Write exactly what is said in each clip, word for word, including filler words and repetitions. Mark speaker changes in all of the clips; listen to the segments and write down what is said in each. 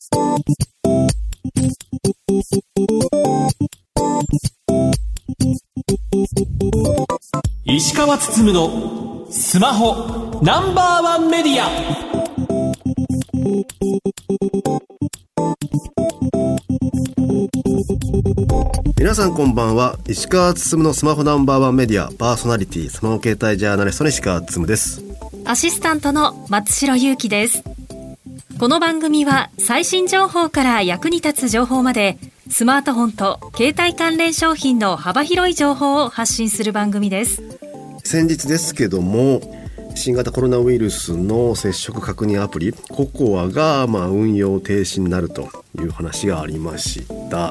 Speaker 1: 石川つつむのスマホナンバーワンメディア。
Speaker 2: 皆さんこんばんは。石川つつむのスマホナンバーワンメディアパーソナリティ、スマホ携帯ジャーナリストの石川つつむです。
Speaker 3: アシスタントの松代ゆうきです。この番組は最新情報から役に立つ情報まで、スマートフォンと携帯関連商品の幅広い情報を発信する番組です。
Speaker 2: 先日ですけども、新型コロナウイルスの接触確認アプリココアがまあ運用停止になるという話がありました、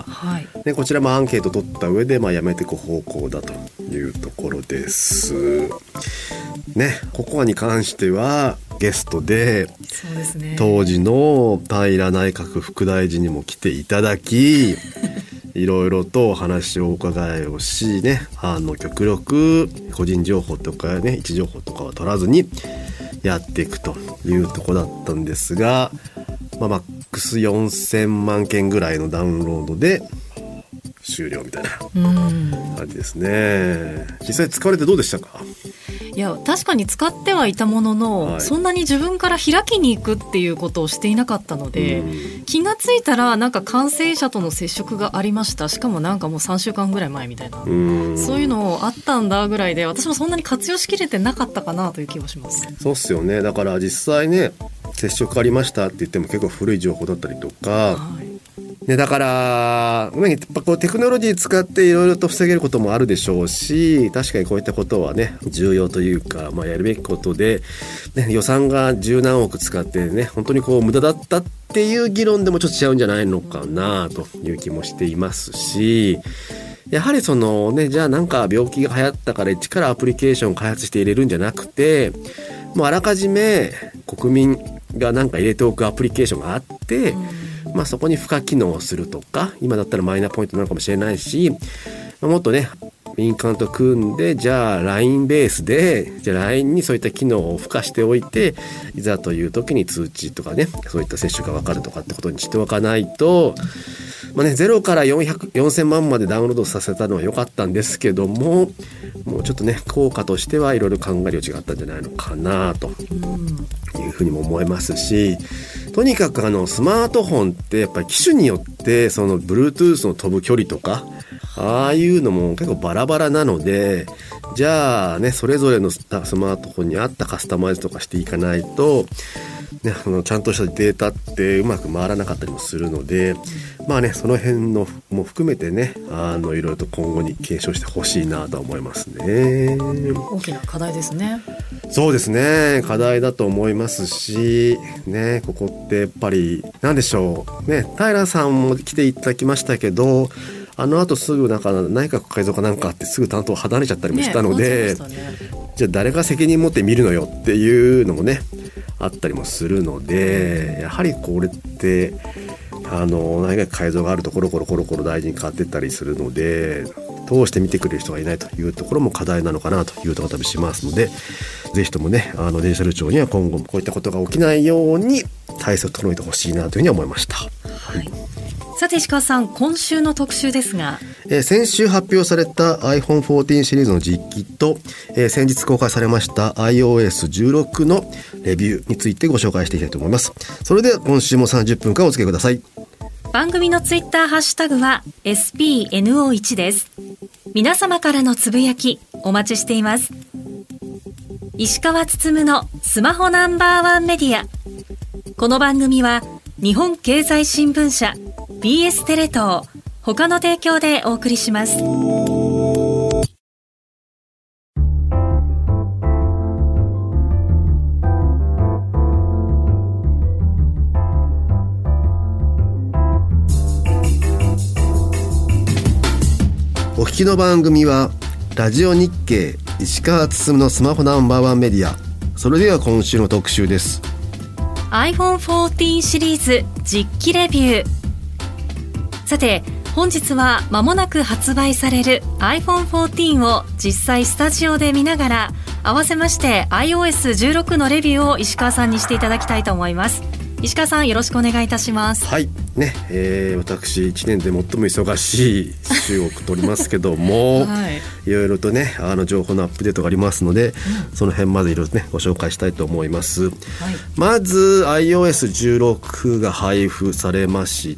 Speaker 2: はい、でこちらもアンケート取った上でまあやめていく方向だというところですね。ココアに関してはゲストで、そうですね、当時の平内閣副大臣にも来ていただきいろいろとお話をお伺いをしね、あの極力個人情報とかね、位置情報とかは取らずにやっていくというところだったんですが、まあ、マックスよんせんまんけんぐらいのダウンロードで終了みたいな感じですね。実際使われてどうでしたか？
Speaker 3: いや確かに使ってはいたものの、はい、そんなに自分から開きに行くっていうことをしていなかったので、うん、気がついたらなんか感染者との接触がありました。しかもなんかもうさんしゅうかんぐらい前みたいな、うん、そういうのあったんだぐらいで、私もそんなに活用しきれてなかったかなという気がします。
Speaker 2: そうっすよね。だから実際ね、接触ありましたって言っても結構古い情報だったりとか、はいね、だからやっぱこうテクノロジー使っていろいろと防げることもあるでしょうし、確かにこういったことはね重要というか、まあ、やるべきことで、ね、予算が十何億使ってね本当にこう無駄だったっていう議論でもちょっと違うんじゃないのかなという気もしていますし、やはりそのね、じゃあなんか病気が流行ったから一からアプリケーションを開発して入れるんじゃなくて、もうあらかじめ国民がなんか入れておくアプリケーションがあって、うんまあ、そこに付加機能をするとか、今だったらマイナポイントなのかもしれないし、もっとね民間と組んで、じゃあ ライン ベースでじゃあ ライン にそういった機能を付加しておいて、いざという時に通知とかね、そういった接種が分かるとかってことにしておかないと、まあね、ゼロからよんひゃく、よんせんまんまでダウンロードさせたのは良かったんですけども、もうちょっとね効果としてはいろいろ考える余地があったんじゃないのかなというふうにも思いますし、とにかくあのスマートフォンってやっぱり機種によってその Bluetooth の飛ぶ距離とかああいうのも結構バラバラなので、じゃあねそれぞれのスマートフォンに合ったカスタマイズとかしていかないと、ね、あのちゃんとしたデータってうまく回らなかったりもするので、まあねその辺のも含めてね、あのいろいろと今後に検証してほしいなと思いますね。
Speaker 3: 大きな課題ですね。
Speaker 2: そうですね、課題だと思いますしね、ここってやっぱりなんでしょうね、平さんも来ていただきましたけど、あの後すぐなんか内閣改造かなんかあってすぐ担当離れちゃったりもしたので、ねね、じゃあ誰が責任持って見るのよっていうのもねあったりもするので、やはりこれってあの内閣改造があるとコロコロコロコロ大臣変わってったりするので、通して見てくれる人がいないというところも課題なのかなというところがしますので、ぜひともねあのデジタル庁には今後もこういったことが起きないように体制を整えてほしいなというふうに思いました。はい、
Speaker 3: さて石川さん、今週の特集ですが、
Speaker 2: えー、先週発表された アイフォンフォーティーン シリーズの実機と、えー、先日公開されました アイオーエスじゅうろく のレビューについてご紹介していきたいと思います。それでは今週もさんじゅっぷんかんお付き合いください。
Speaker 3: 番組のツイッターハッシュタグは エスピーエヌオーワン です。皆様からのつぶやきお待ちしています。石川つつむのスマホナンバーワンメディア。この番組は日本経済新聞社、ビーエス テレ東他の提供でお送りします。
Speaker 2: お聞きの番組はラジオ日経石川つつむのスマホナンバーワンメディア。それでは今週の特集です。
Speaker 3: アイフォンフォーティーン シリーズ実機レビュー。さて本日は間もなく発売される アイフォンフォーティーン を実際スタジオで見ながら、合わせまして アイオーエスじゅうろく のレビューを石川さんにしていただきたいと思います。 石川さん、よろしくお願いいたします。
Speaker 2: はいね、えー、私いちねんで最も忙しい週を取りますけども、はい、いろいろとねあの情報のアップデートがありますので、うん、その辺まずいろいろねご紹介したいと思います、はい、まず アイオーエスじゅうろく が配布されました。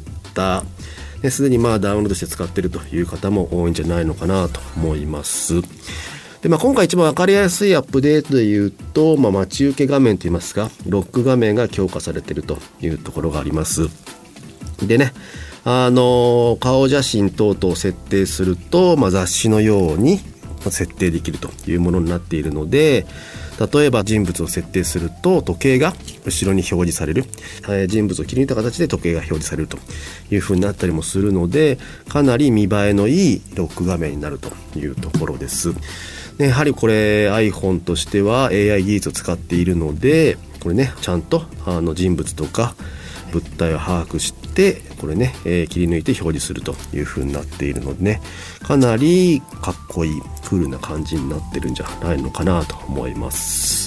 Speaker 2: すでにまあダウンロードして使っているという方も多いんじゃないのかなと思います。で、まあ、今回一番分かりやすいアップデートでいうと、まあ、待ち受け画面といいますかロック画面が強化されているというところがあります。でねあの顔写真等々を設定すると、まあ、雑誌のように設定できるというものになっているので、例えば人物を設定すると時計が後ろに表示される、えー、人物を切り抜いた形で時計が表示されるという風になったりもするので、かなり見栄えのいいロック画面になるというところです。でやはりこれ iPhone としては エーアイ 技術を使っているので、これねちゃんとあの人物とか物体を把握してこれね、えー、切り抜いて表示するという風になっているのでね、かなりかっこいいクールな感じになってるんじゃないのかなと思います。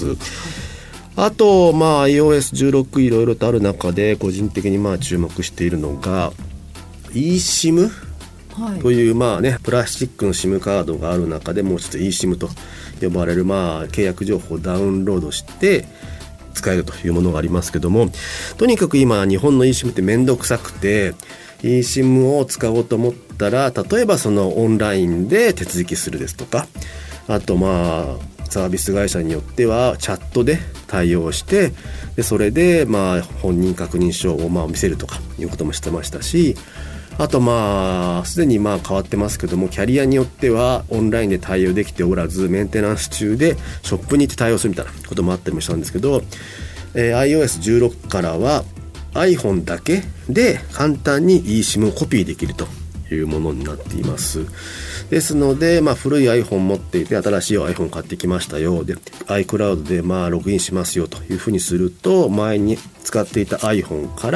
Speaker 2: あと、まあ、アイオーエスじゅうろく いろいろとある中で個人的にまあ注目しているのが eSIMという、まあね、プラスチックの SIM カードがある中でもう一つ eSIM と呼ばれる、まあ、契約情報をダウンロードして使えるというものがありますけども、とにかく今日本の eSIM ってめんどくさくて eSIM を使おうと思ったら、例えばそのオンラインで手続きするですとか、あとまあサービス会社によってはチャットで対応して、でそれでまあ本人確認書をまあ見せるとかいうこともしてましたし、あとまあすでにまあ変わってますけども、キャリアによってはオンラインで対応できておらずメンテナンス中でショップに行って対応するみたいなこともあったりもしたんですけど、えー、アイオーエスじゅうろく からは iPhone だけで簡単に eSIM をコピーできるというものになっています。ですので、まあ、古い iPhone 持っていて新しい iPhone 買ってきましたよで iCloud でまあログインしますよというふうにすると、前に使っていた iPhone から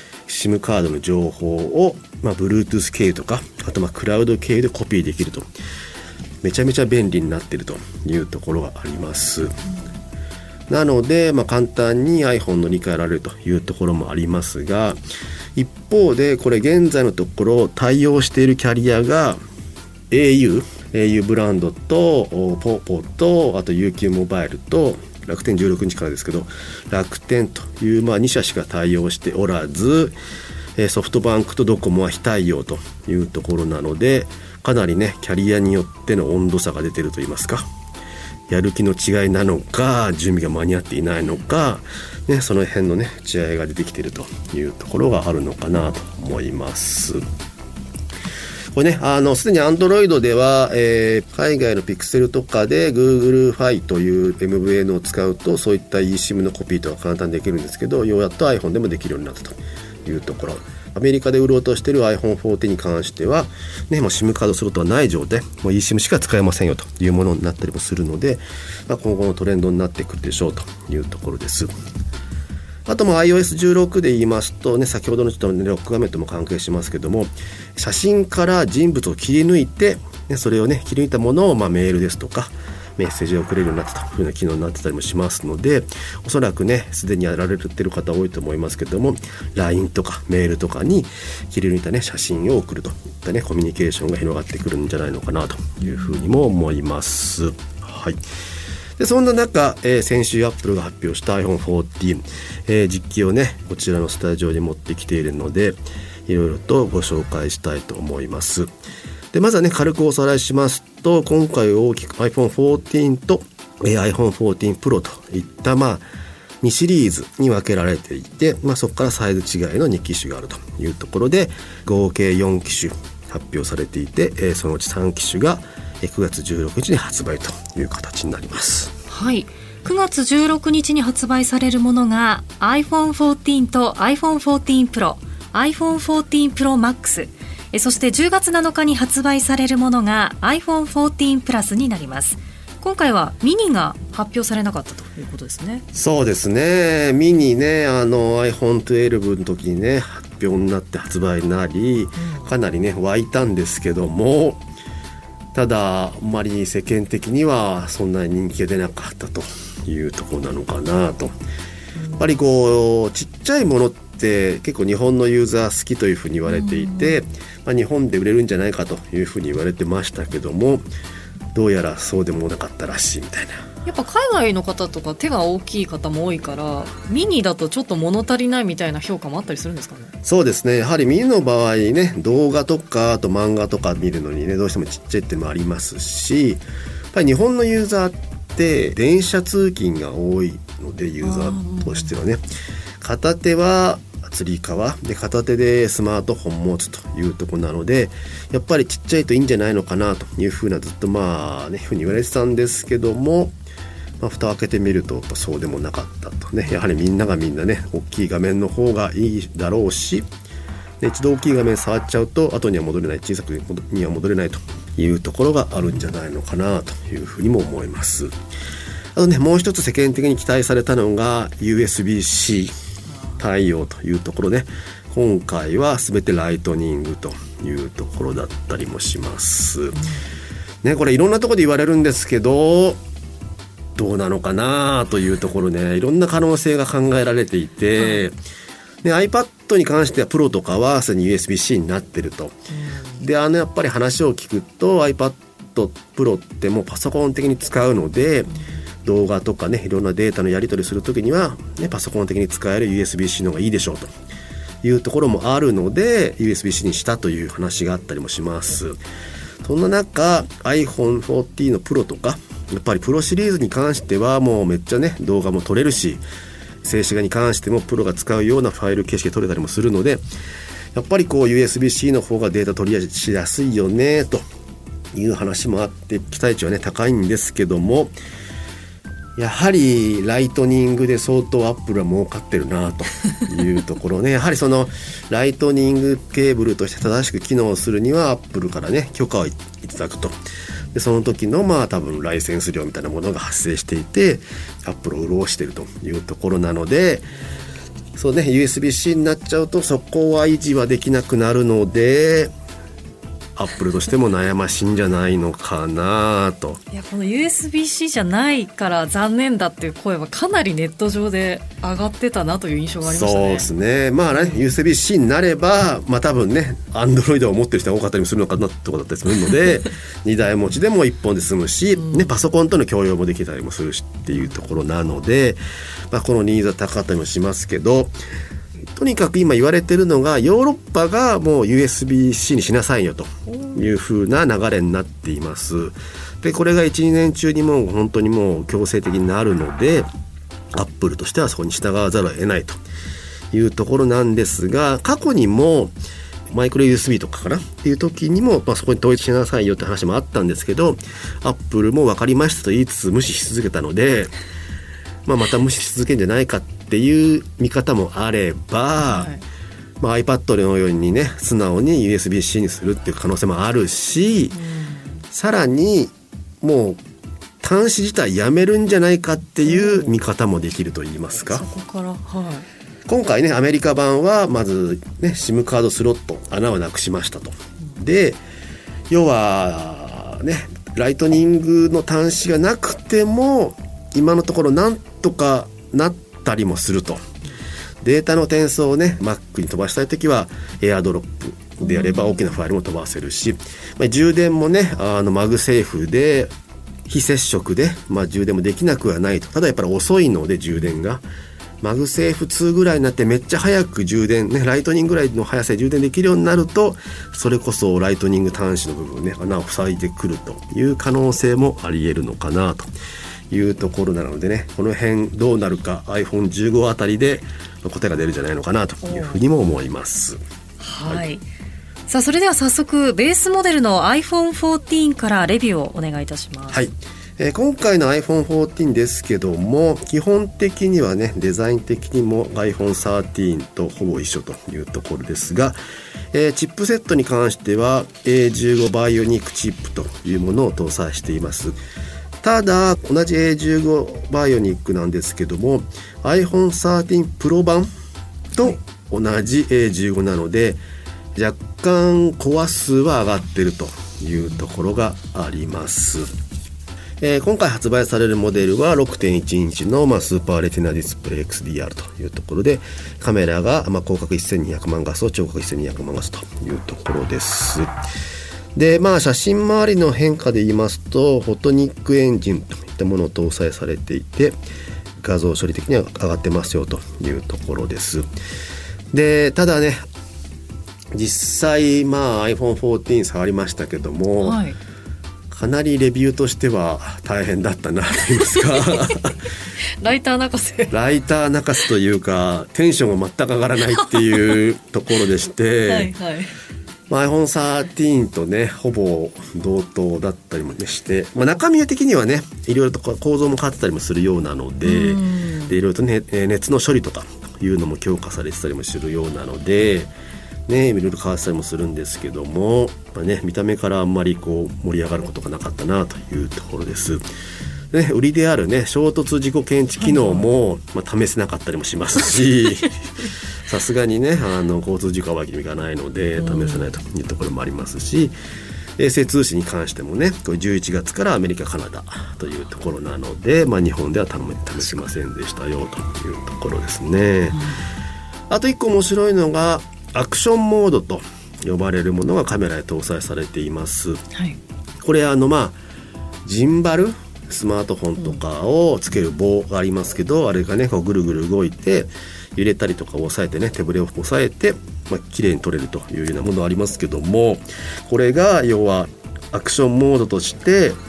Speaker 2: SIM カードの情報を、まあ、Bluetooth 経由とか、あとまあクラウド経由でコピーできると、めちゃめちゃ便利になっているというところがあります。なので、まあ、簡単に iPhone 乗り換えられるというところもありますが、一方でこれ現在のところ対応しているキャリアが エーユー、エーユー ブランドとポポと、あと ユーキュー モバイルと楽天じゅうろくにちからですけど楽天というまあに社しか対応しておらず、ソフトバンクとドコモは非対応というところなので、かなりねキャリアによっての温度差が出ているといいますか、やる気の違いなのか準備が間に合っていないのか、ね、その辺のね違いが出てきているというところがあるのかなと思います。これね、あのすでに Android では、えー、海外の Pixel とかで Google ファイという エムブイエヌ を使うとそういった eSIM のコピーとか簡単にできるんですけど、ようやっと iPhone でもできるようになったというところ。アメリカで売ろうとしている アイフォンフォーティーン に関しては、ね、もう SIM カードスロットはない状態、もう eSIM しか使えませんよというものになったりもするので、まあ、今後のトレンドになってくるでしょうというところです。あとも アイオーエスじゅうろく で言いますと、ね、先ほどのちょっと、ね、ロック画面とも関係しますけども、写真から人物を切り抜いて、ね、それをね切り抜いたものを、まあ、メールですとかメッセージを送れるようになってたというような機能になってたりもしますので、おそらくねすでにやられてる方多いと思いますけども、 ライン とかメールとかに切り抜いたね写真を送るといったねコミュニケーションが広がってくるんじゃないのかなというふうにも思います。はい。でそんな中、えー、先週アップルが発表した アイフォンフォーティーン、えー、実機をねこちらのスタジオに持ってきているので、いろいろとご紹介したいと思います。でまずはね軽くおさらいしますと、今回大きく アイフォンフォーティーン と、えー、アイフォンフォーティーン Pro といったまあにシリーズに分けられていて、まあ、そこからサイズ違いのに機種があるというところで、合計よん機種発表されていて、えー、そのうちさん機種がくがつじゅうろくにちに発売という形になります。
Speaker 3: はい、くがつじゅうろくにちに発売されるものが アイフォンフォーティーン と アイフォンフォーティーン Pro、 アイフォンフォーティーン Pro Max、 えそしてじゅうがつなのかに発売されるものが アイフォンフォーティーン Plus になります。今回はミニが発表されなかったということですね。
Speaker 2: そうですね、ミニね、あの アイフォントゥエルブの時にね発表になって発売になり、うん、かなりね湧いたんですけども、ただあんまり世間的にはそんなに人気が出なかったというところなのかなと。 ぱりこうちっちゃいものって結構日本のユーザー好きというふうに言われていて、まあ、日本で売れるんじゃないかというふうに言われてましたけども、どうやらそうでもなかったらしいみたいな。
Speaker 4: やっぱ海外の方とか手が大きい方も多いから、ミニだとちょっと物足りないみたいな評価もあったりするんですかね。
Speaker 2: そうですね、やはりミニの場合ね、動画とかあと漫画とか見るのにね、どうしてもちっちゃいっていうのもありますし、やっぱり日本のユーザーって電車通勤が多いので、ユーザーとしてはね、片手はつり革で片手でスマートフォン持つというところなので、やっぱりちっちゃいといいんじゃないのかなというふうなずっとまあねふうに言われてたんですけども、まあ、蓋を開けてみるとそうでもなかったとね。やはりみんながみんなね、大きい画面の方がいいだろうし、で一度大きい画面触っちゃうと後には戻れない、小さくには戻れないというところがあるんじゃないのかなというふうにも思います。あとね、もう一つ世間的に期待されたのが ユーエスビーシー 対応というところで、今回は全てライトニングというところだったりもします、ね、これいろんなところで言われるんですけど、どうなのかなというところね、いろんな可能性が考えられていて、で iPad に関してはプロとかはすでに ユーエスビーシー になってると。であのやっぱり話を聞くと iPad プロってもうパソコン的に使うので、動画とかね、いろんなデータのやり取りするときには、ね、パソコン的に使える ユーエスビーシー の方がいいでしょうというところもあるので ユーエスビーシー にしたという話があったりもします。そんな中 アイフォンフォーティーン のプロとか、やっぱりプロシリーズに関してはもうめっちゃね動画も撮れるし、静止画に関してもプロが使うようなファイル形式で撮れたりもするので、やっぱりこう ユーエスビーシー の方がデータ取りしやすいよねという話もあって、期待値はね高いんですけども、やはりライトニングで相当アップルは儲かってるなというところね。やはりそのライトニングケーブルとして正しく機能するにはアップルからね許可をいただくと。でその時のまあ多分ライセンス料みたいなものが発生していて、アップルを潤しているというところなので、そうね ユーエスビーシー になっちゃうとそこは維持はできなくなるので、アップルとしても悩ましいんじゃないのかなと。
Speaker 4: いや、この ユーエスビーシー じゃないから残念だっていう声はかなりネット上で上がってたなという印象がありましたね。
Speaker 2: そうですね、まあね ユーエスビーシー になれば、まあ多分ね Android を持ってる人が多かったりもするのかなってことだったりするのでにだい持ちでもいっぽんで済むし、うんね、パソコンとの共用もできたりもするしっていうところなので、まあ、このニーズは高かったりもしますけど、とにかく今言われてるのがヨーロッパがもう ユーエスビーシー にしなさいよという風な流れになっています。でこれが いちにねん中にもう本当にもう強制的になるので、アップルとしてはそこに従わざるを得ないというところなんですが、過去にもマイクロ ユーエスビー とかかなっていう時にも、まあ、そこに統一しなさいよって話もあったんですけど、アップルも分かりましたと言いつつ無視し続けたので、まあ、また無視し続けるんじゃないかっていう見方もあれば、はいまあ、iPad のようにね素直に ユーエスビーシー にするっていう可能性もあるし、うん、さらにもう端子自体やめるんじゃないかっていう見方もできると言いますか。
Speaker 4: そこから、はい、
Speaker 2: 今回ねアメリカ版はまずね SIM カードスロット穴をなくしましたと。で要はねライトニングの端子がなくても今のところなんとかなったりもすると。データの転送をね Mac に飛ばしたいときは AirDrop でやれば大きなファイルも飛ばせるし、まあ、充電もねあのマグセーフで非接触で、まあ、充電もできなくはないと。ただやっぱり遅いので充電がマグセーフツーぐらいになってめっちゃ早く充電ねライトニングぐらいの速さで充電できるようになると、それこそライトニング端子の部分ね穴を塞いでくるという可能性もあり得るのかなというところなのでね、この辺どうなるか アイフォンじゅうご あたりで答えが出るんじゃないのかなというふうにも思います。
Speaker 4: はい、はい、さあそれでは早速ベースモデルの アイフォンフォーティーン からレビューをお願いいたします。
Speaker 2: はい、えー、今回の アイフォンフォーティーン ですけども、基本的にはねデザイン的にも アイフォンサーティーン とほぼ一緒というところですが、えー、チップセットに関しては エーじゅうご バイオニックチップというものを搭載しています。ただ同じ エーじゅうご バイオニックなんですけども アイフォンサーティーン プロ版と同じ エーじゅうご なので若干コア数は上がっているというところがあります。 えー、今回発売されるモデルは ろくてんいち インチの、まあ、スーパーレティナディスプレイ エックスディーアール というところで、カメラが、まあ、広角せんにひゃくまん画素、超広角せんにひゃくまん画素というところです。で、まあ、写真周りの変化で言いますと、フォトニックエンジンといったものを搭載されていて、画像処理的には上がってますよというところです。で、ただね、実際、まあ、アイフォンフォーティーン 触りましたけども、はい、かなりレビューとしては大変だったなと言いますか
Speaker 4: ライター泣かせ
Speaker 2: ライター泣かせというか、テンションが全く上がらないっていうところでしてはい、はい、まあ、アイフォンサーティーン とねほぼ同等だったりも、ね、して、まあ、中身的にはねいろいろと構造も変わってたりもするようなの で, でいろいろと、ね、熱の処理とかいうのも強化されてたりもするようなので、ね、いろいろ変わってたりもするんですけども、まあね、見た目からあんまりこう盛り上がることがなかったなというところです。ね、売りであるね衝突事故検知機能も、まあ、試せなかったりもしますしさすがにねあの交通事故はわけにいかないので試せないというところもありますし、衛星通信に関してもねこれじゅういちがつからアメリカカナダというところなので、まあ、日本では試せませんでしたよというところですね。あといっこ面白いのがアクションモードと呼ばれるものがカメラに搭載されています、はい、これあのまあジンバルスマートフォンとかをつける棒がありますけど、うん、あれがねこうぐるぐる動いて揺れたりとか押さえてね手ぶれを押さえて、まあ、綺麗に撮れるというようなものありますけども、これが要はアクションモードとして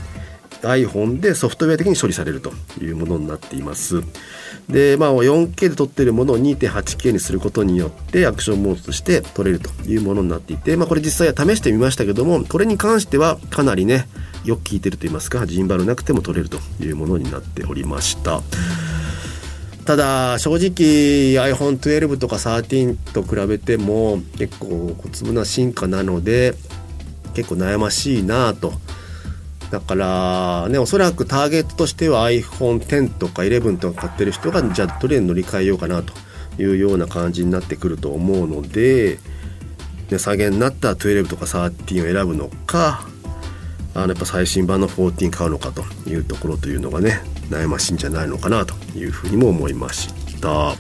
Speaker 2: iPhone でソフトウェア的に処理されるというものになっています。で、まあ、よんケー で撮っているものを にてんはちケー にすることによってアクションモードとして撮れるというものになっていて、まあ、これ実際は試してみましたけども、これに関してはかなりねよく効いてると言いますか、ジンバルなくても撮れるというものになっておりました。ただ正直 アイフォンじゅうに とかじゅうさんと比べても結構小粒な進化なので結構悩ましいなと。だからね、おそらくターゲットとしては アイフォンテン とかじゅういちとか買ってる人がじゃあとりあえず乗り換えようかなというような感じになってくると思うので、ね、下げになったじゅうにとかじゅうさんを選ぶのか、あのやっぱ最新版のじゅうよん買うのかというところというのがね悩ましいんじゃないのかなというふうにも思いました。はい。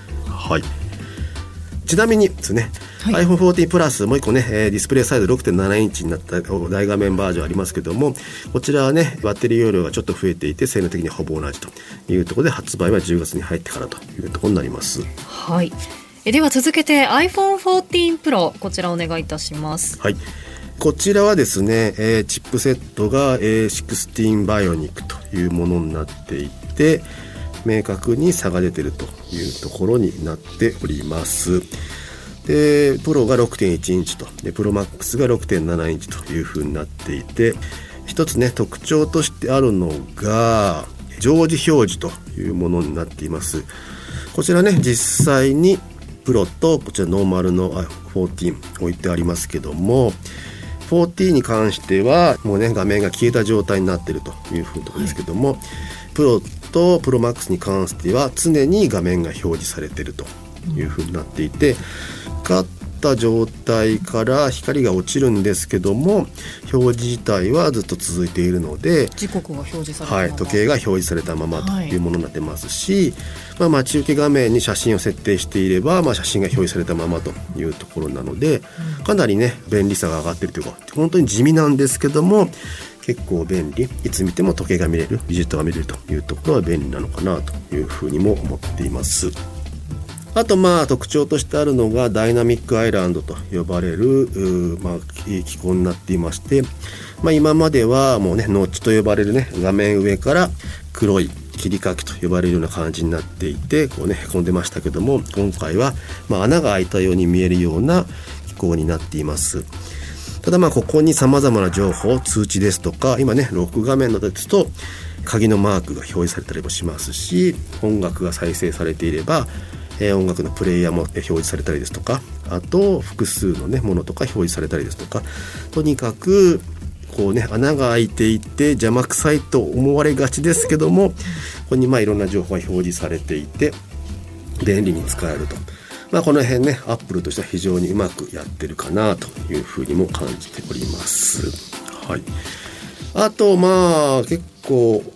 Speaker 2: ちなみにですね、はい、アイフォンフォーティーン プラスもう一個ね、ディスプレイサイズ ろくてんなな インチになった大画面バージョンありますけども、こちらはねバッテリー容量がちょっと増えていて性能的にほぼ同じというところで発売はじゅうがつに入ってからというところになります。
Speaker 4: はい。えでは続けて アイフォンフォーティーン Pro こちらお願いいたします。
Speaker 2: はい。こちらはですね、えー、チップセットが エーシックスティーン バイオニックというものになっていて、明確に差が出ているというところになっております。でプロが ろくてんいち インチとでプロマックスが ろくてんなな インチというふうになっていて、一つね特徴としてあるのが常時表示というものになっています。こちらね実際にプロとこちらノーマルの フォーティーン 置いてありますけども、フォーティーン に関してはもうね画面が消えた状態になっているというふうなところですけども、はい、プロとプロマックスに関しては常に画面が表示されているというふうになっていて、光った状態から光が落ちるんですけども表示自体はずっと続いているので
Speaker 4: 時刻が表示されたまま、
Speaker 2: はい、時計が表示されたままというものになってますし、はい、まあ、待ち受け画面に写真を設定していれば、まあ、写真が表示されたままというところなので、うん、かなりね便利さが上がっているというか本当に地味なんですけども結構便利、いつ見ても時計が見れる、ビジェットが見れるというところは便利なのかなというふうにも思っています。あとまあ特徴としてあるのがダイナミックアイランドと呼ばれる、まあ、機構になっていまして、まあ、今まではもうねノッチと呼ばれるね画面上から黒い切り欠きと呼ばれるような感じになっていてこうねへこんでましたけども、今回はまあ穴が開いたように見えるような機構になっています。ただまあここに様々な情報、通知ですとか今ねロック画面などですと鍵のマークが表示されたりもしますし、音楽が再生されていれば音楽のプレイヤーも表示されたりですとか、あと複数の、ね、ものとか表示されたりですとか、とにかくこう、ね、穴が開いていて邪魔くさいと思われがちですけども、ここにまあいろんな情報が表示されていて便利に使えると、まあ、この辺ねアップルとしては非常にうまくやってるかなというふうにも感じております。はい。あとまあ結構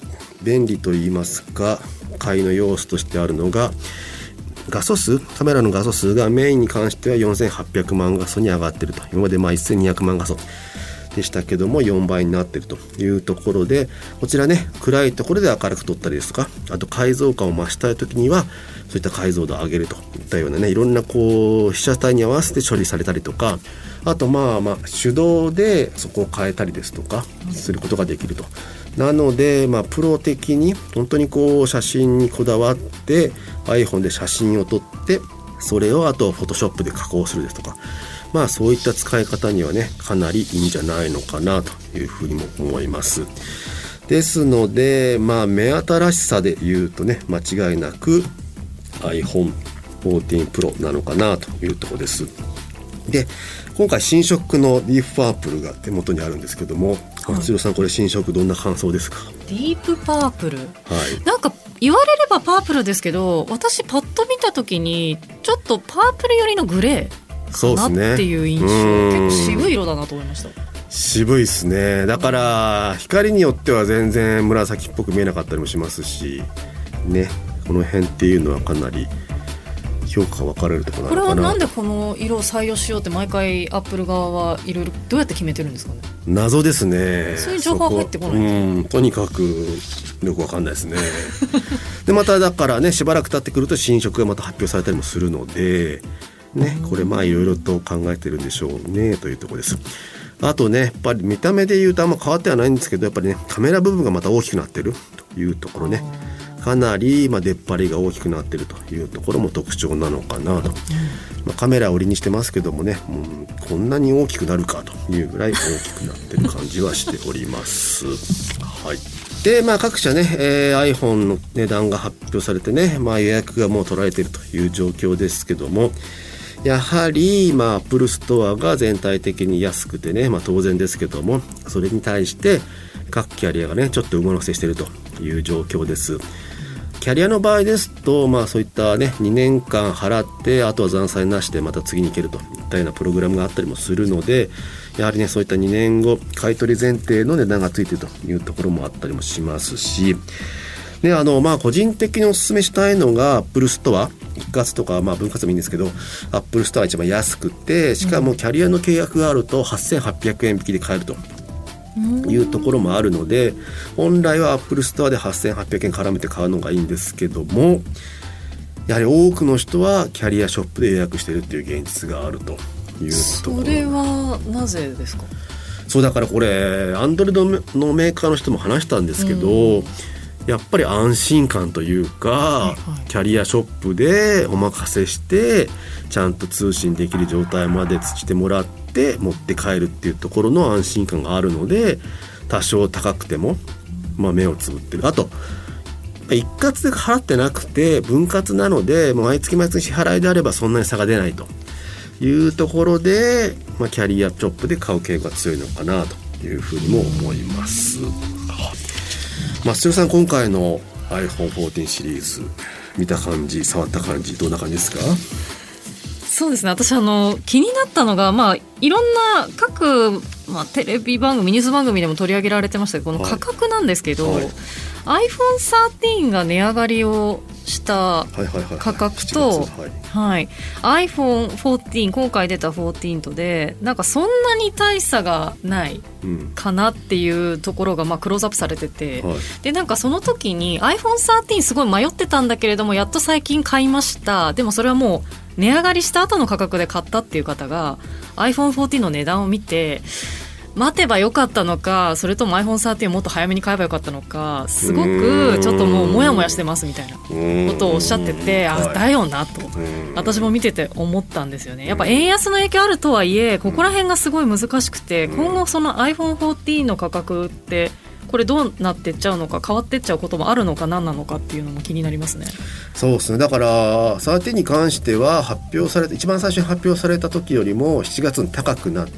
Speaker 2: 便利といいますか買いの要素としてあるのが画素数、カメラの画素数がメインに関してはよんせんはっぴゃくまん画素に上がっていると。今までまあせんにひゃくまん画素でしたけどもよんばいになっているというところで、こちらね暗いところで明るく撮ったりですとか、あと解像感を増したい時にはそういった解像度を上げるといったようなね、いろんなこう被写体に合わせて処理されたりとか、あとまあまあ手動でそこを変えたりですとかすることができると。なのでまあプロ的に本当にこう写真にこだわって iPhone で写真を撮ってそれをあと Photoshop で加工するですとか、まあそういった使い方にはねかなりいいんじゃないのかなというふうにも思います。ですのでまあ目新しさで言うとね間違いなく アイフォンフォーティーン Pro なのかなというところです。で今回新色のディープパープルが手元にあるんですけども、松代さんこれ新色どんな感想ですか？
Speaker 4: ディープパープル、
Speaker 2: はい、
Speaker 4: なんか言われればパープルですけど、私パッと見た時にちょっとパープル寄りのグレーかなっていう印象、ね、結構渋い色だなと思いました。
Speaker 2: 渋いですね。だから光によっては全然紫っぽく見えなかったりもしますしね、この辺っていうのはかなり評価分かれるところなのかな。
Speaker 4: これはなんでこの色を採用しようって毎回アップル側はいろいろどうやって決めてるんですかね？
Speaker 2: 謎ですね。
Speaker 4: そういう情報は入ってこない。
Speaker 2: うんとにかくよく分かんないですねでまただからねしばらく経ってくると新色がまた発表されたりもするのでね、これまあいろいろと考えてるんでしょうねというところです。あとねやっぱり見た目で言うとあんま変わってはないんですけど、やっぱりねカメラ部分がまた大きくなってるというところね、かなりまあ出っ張りが大きくなっているというところも特徴なのかなと、まあ、カメラを売りにしてますけどもね、もうこんなに大きくなるかというぐらい大きくなっている感じはしておりますはい。でまあ各社ね、えー、iPhone の値段が発表されてね、まあ、予約がもう取られているという状況ですけども、やはりまあ Apple Store が全体的に安くてね、まあ、当然ですけどもそれに対して各キャリアがねちょっと上乗せしているという状況です。キャリアの場合ですと、まあ、そういったねにねんかん払ってあとは残債なしでまた次に行けるといったようなプログラムがあったりもするので、やはりねそういったにねんご買い取り前提の値段がついているというところもあったりもしますし、であのまあ個人的にお勧めしたいのが Apple Store 一括とか、まあ、分割でもいいんですけど Apple Store が一番安くて、しかもキャリアの契約があるとはっせんはっぴゃくえん引きで買えるというところもあるので、本来は Apple Store ではっせんはっぴゃくえん絡めて買うのがいいんですけども、やはり多くの人はキャリアショップで予約しているっていう現実があるというところ。
Speaker 4: それはなぜですか？
Speaker 2: そうだからこれ Android のメーカーの人も話したんですけど、うん、やっぱり安心感というか、はいはい、キャリアショップでお任せしてちゃんと通信できる状態までしてもらって持って帰るっていうところの安心感があるので、多少高くても、まあ、目をつぶってる。あと一括で払ってなくて分割なのでもう毎月毎月支払いであればそんなに差が出ないというところで、まあ、キャリアショップで買う傾向が強いのかなというふうにも思います。松代さん今回の アイフォンフォーティーン シリーズ見た感じ触った感じどんな感じですか？
Speaker 4: そうですね、私あの気になったのが、まあ、いろんな各、まあ、テレビ番組ニュース番組でも取り上げられてましたけど、この価格なんですけど、はいはい、アイフォンサーティーン が値上がりをした価格と アイフォンフォーティーン 今回出たフォーティーンとでなんかそんなに大差がないかなっていうところがまあクローズアップされてて、はい、でなんかその時に アイフォンサーティーン すごい迷ってたんだけれどもやっと最近買いました、でもそれはもう値上がりした後の価格で買ったっていう方が アイフォンフォーティーン の値段を見て待てばよかったのか、それとも アイフォンサーティーン もっと早めに買えばよかったのか、すごくちょっともうモヤモヤしてますみたいなことをおっしゃってて、あ、だよなと私も見てて思ったんですよね。やっぱ円安の影響あるとはいえここら辺がすごい難しくて、今後その アイフォンフォーティーン の価格ってこれどうなってっちゃうのか変わってっちゃうこともあるのか何なのかっていうのも気になりますね。
Speaker 2: そうですね、だからサーティーンに関しては発表されて一番最初に発表された時よりもしちがつに高くなって、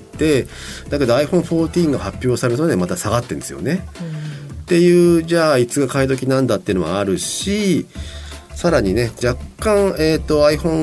Speaker 2: だけど アイフォンフォーティーン が発表されるのでまた下がってるんですよね、うん、っていうじゃあいつが買い時なんだっていうのはあるし、さらにね若干、えーと、アイフォン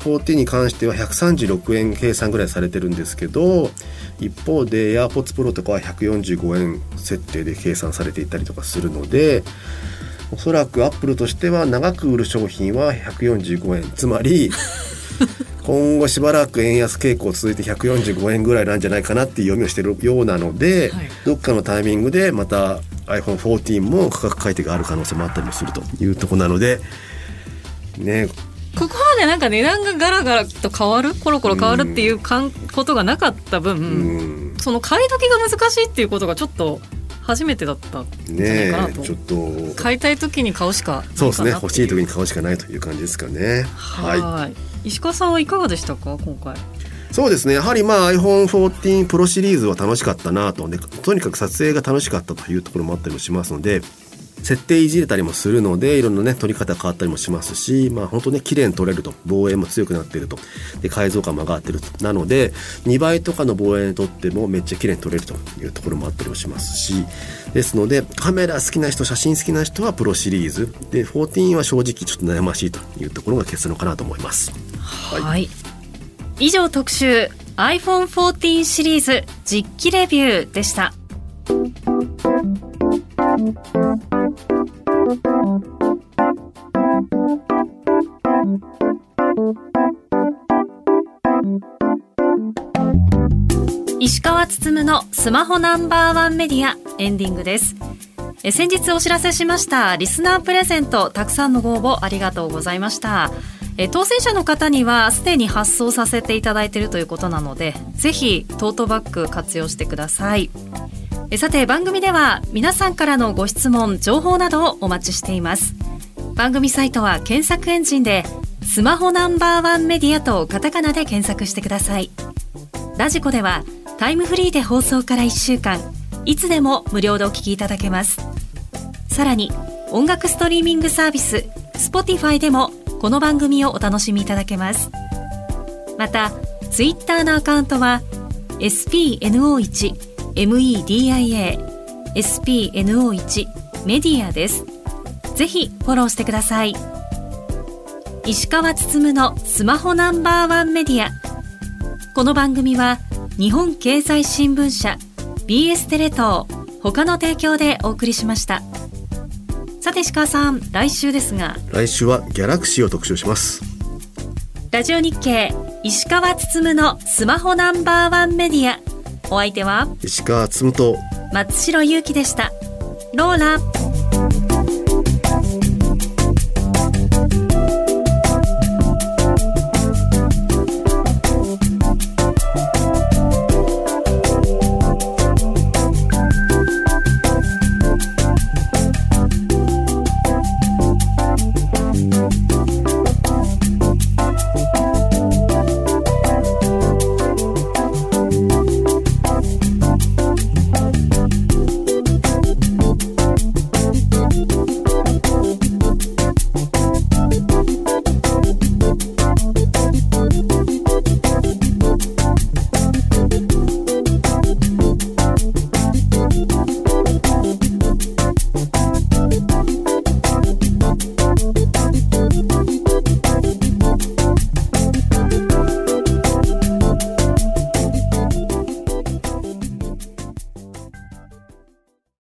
Speaker 2: フォーティーン に関してはひゃくさんじゅうろくえん計算ぐらいされてるんですけど、一方で AirPods Pro とかはひゃくよんじゅうごえん設定で計算されていたりとかするので、おそらくアップルとしては長く売る商品はひゃくよんじゅうごえん、つまり今後しばらく円安傾向続いてひゃくよんじゅうごえんぐらいなんじゃないかなっていう読みをしているようなので、はい、どっかのタイミングでまた アイフォンフォーティーン も価格改定がある可能性もあったりもするというところなのでね。
Speaker 4: ここまでなんか値段がガラガラと変わるコロコロ変わるっていうかんことがなかった分、うん、その買い時が難しいっていうことがちょっと初めてだったんじゃないかなと、
Speaker 2: ね、ちょっと
Speaker 4: 買いたい時に買うしかないかな。
Speaker 2: そうですね、欲しい時に買うしかないという感じですかね。
Speaker 4: はい、はい、石川さんはいかがでしたか今回。
Speaker 2: そうですね、やはりまあ アイフォンフォーティーン Pro シリーズは楽しかったなと、ね、とにかく撮影が楽しかったというところもあったりもしますので、設定いじれたりもするのでいろんなね撮り方変わったりもしますし、まあ本当ね綺麗に撮れると、望遠も強くなっていると、で解像感も上がっていると、なのでにばいとかの望遠で撮ってもめっちゃ綺麗に撮れるというところもあったりもしますし、ですのでカメラ好きな人、写真好きな人はプロシリーズで、フォーティーンは正直ちょっと悩ましいというところが結論かなと思います。
Speaker 3: はい、はい、以上特集 アイフォンフォーティーン シリーズ実機レビューでした。石川つつむのスマホナンバーワンメディアエンディングです。え先日お知らせしましたリスナープレゼント、たくさんのご応募ありがとうございました。え当選者の方にはすでに発送させていただいているということなので、ぜひトートバッグ活用してください。えさて番組では皆さんからのご質問、情報などをお待ちしています。番組サイトは検索エンジンでスマホナンバーワンメディアとカタカナで検索してください。ラジコではタイムフリーで放送からいっしゅうかんいつでも無料でお聞きいただけます。さらに音楽ストリーミングサービス Spotify でもこの番組をお楽しみいただけます。またツイッターのアカウントは エスピーエヌオーワン メディア エスピーエヌオーワン メディアです。ぜひフォローしてください。石川つつむのスマホナンバーワンメディア、この番組は日本経済新聞社 ビーエス テレ東他の提供でお送りしました。さて石川さん、来週ですが、
Speaker 2: 来週はギャラクシーを特集します。
Speaker 3: ラジオ日経石川つつむのスマホナンバーワンメディア、お相手は
Speaker 2: 石川つつむと
Speaker 3: 松代ゆうきでした。ローラ。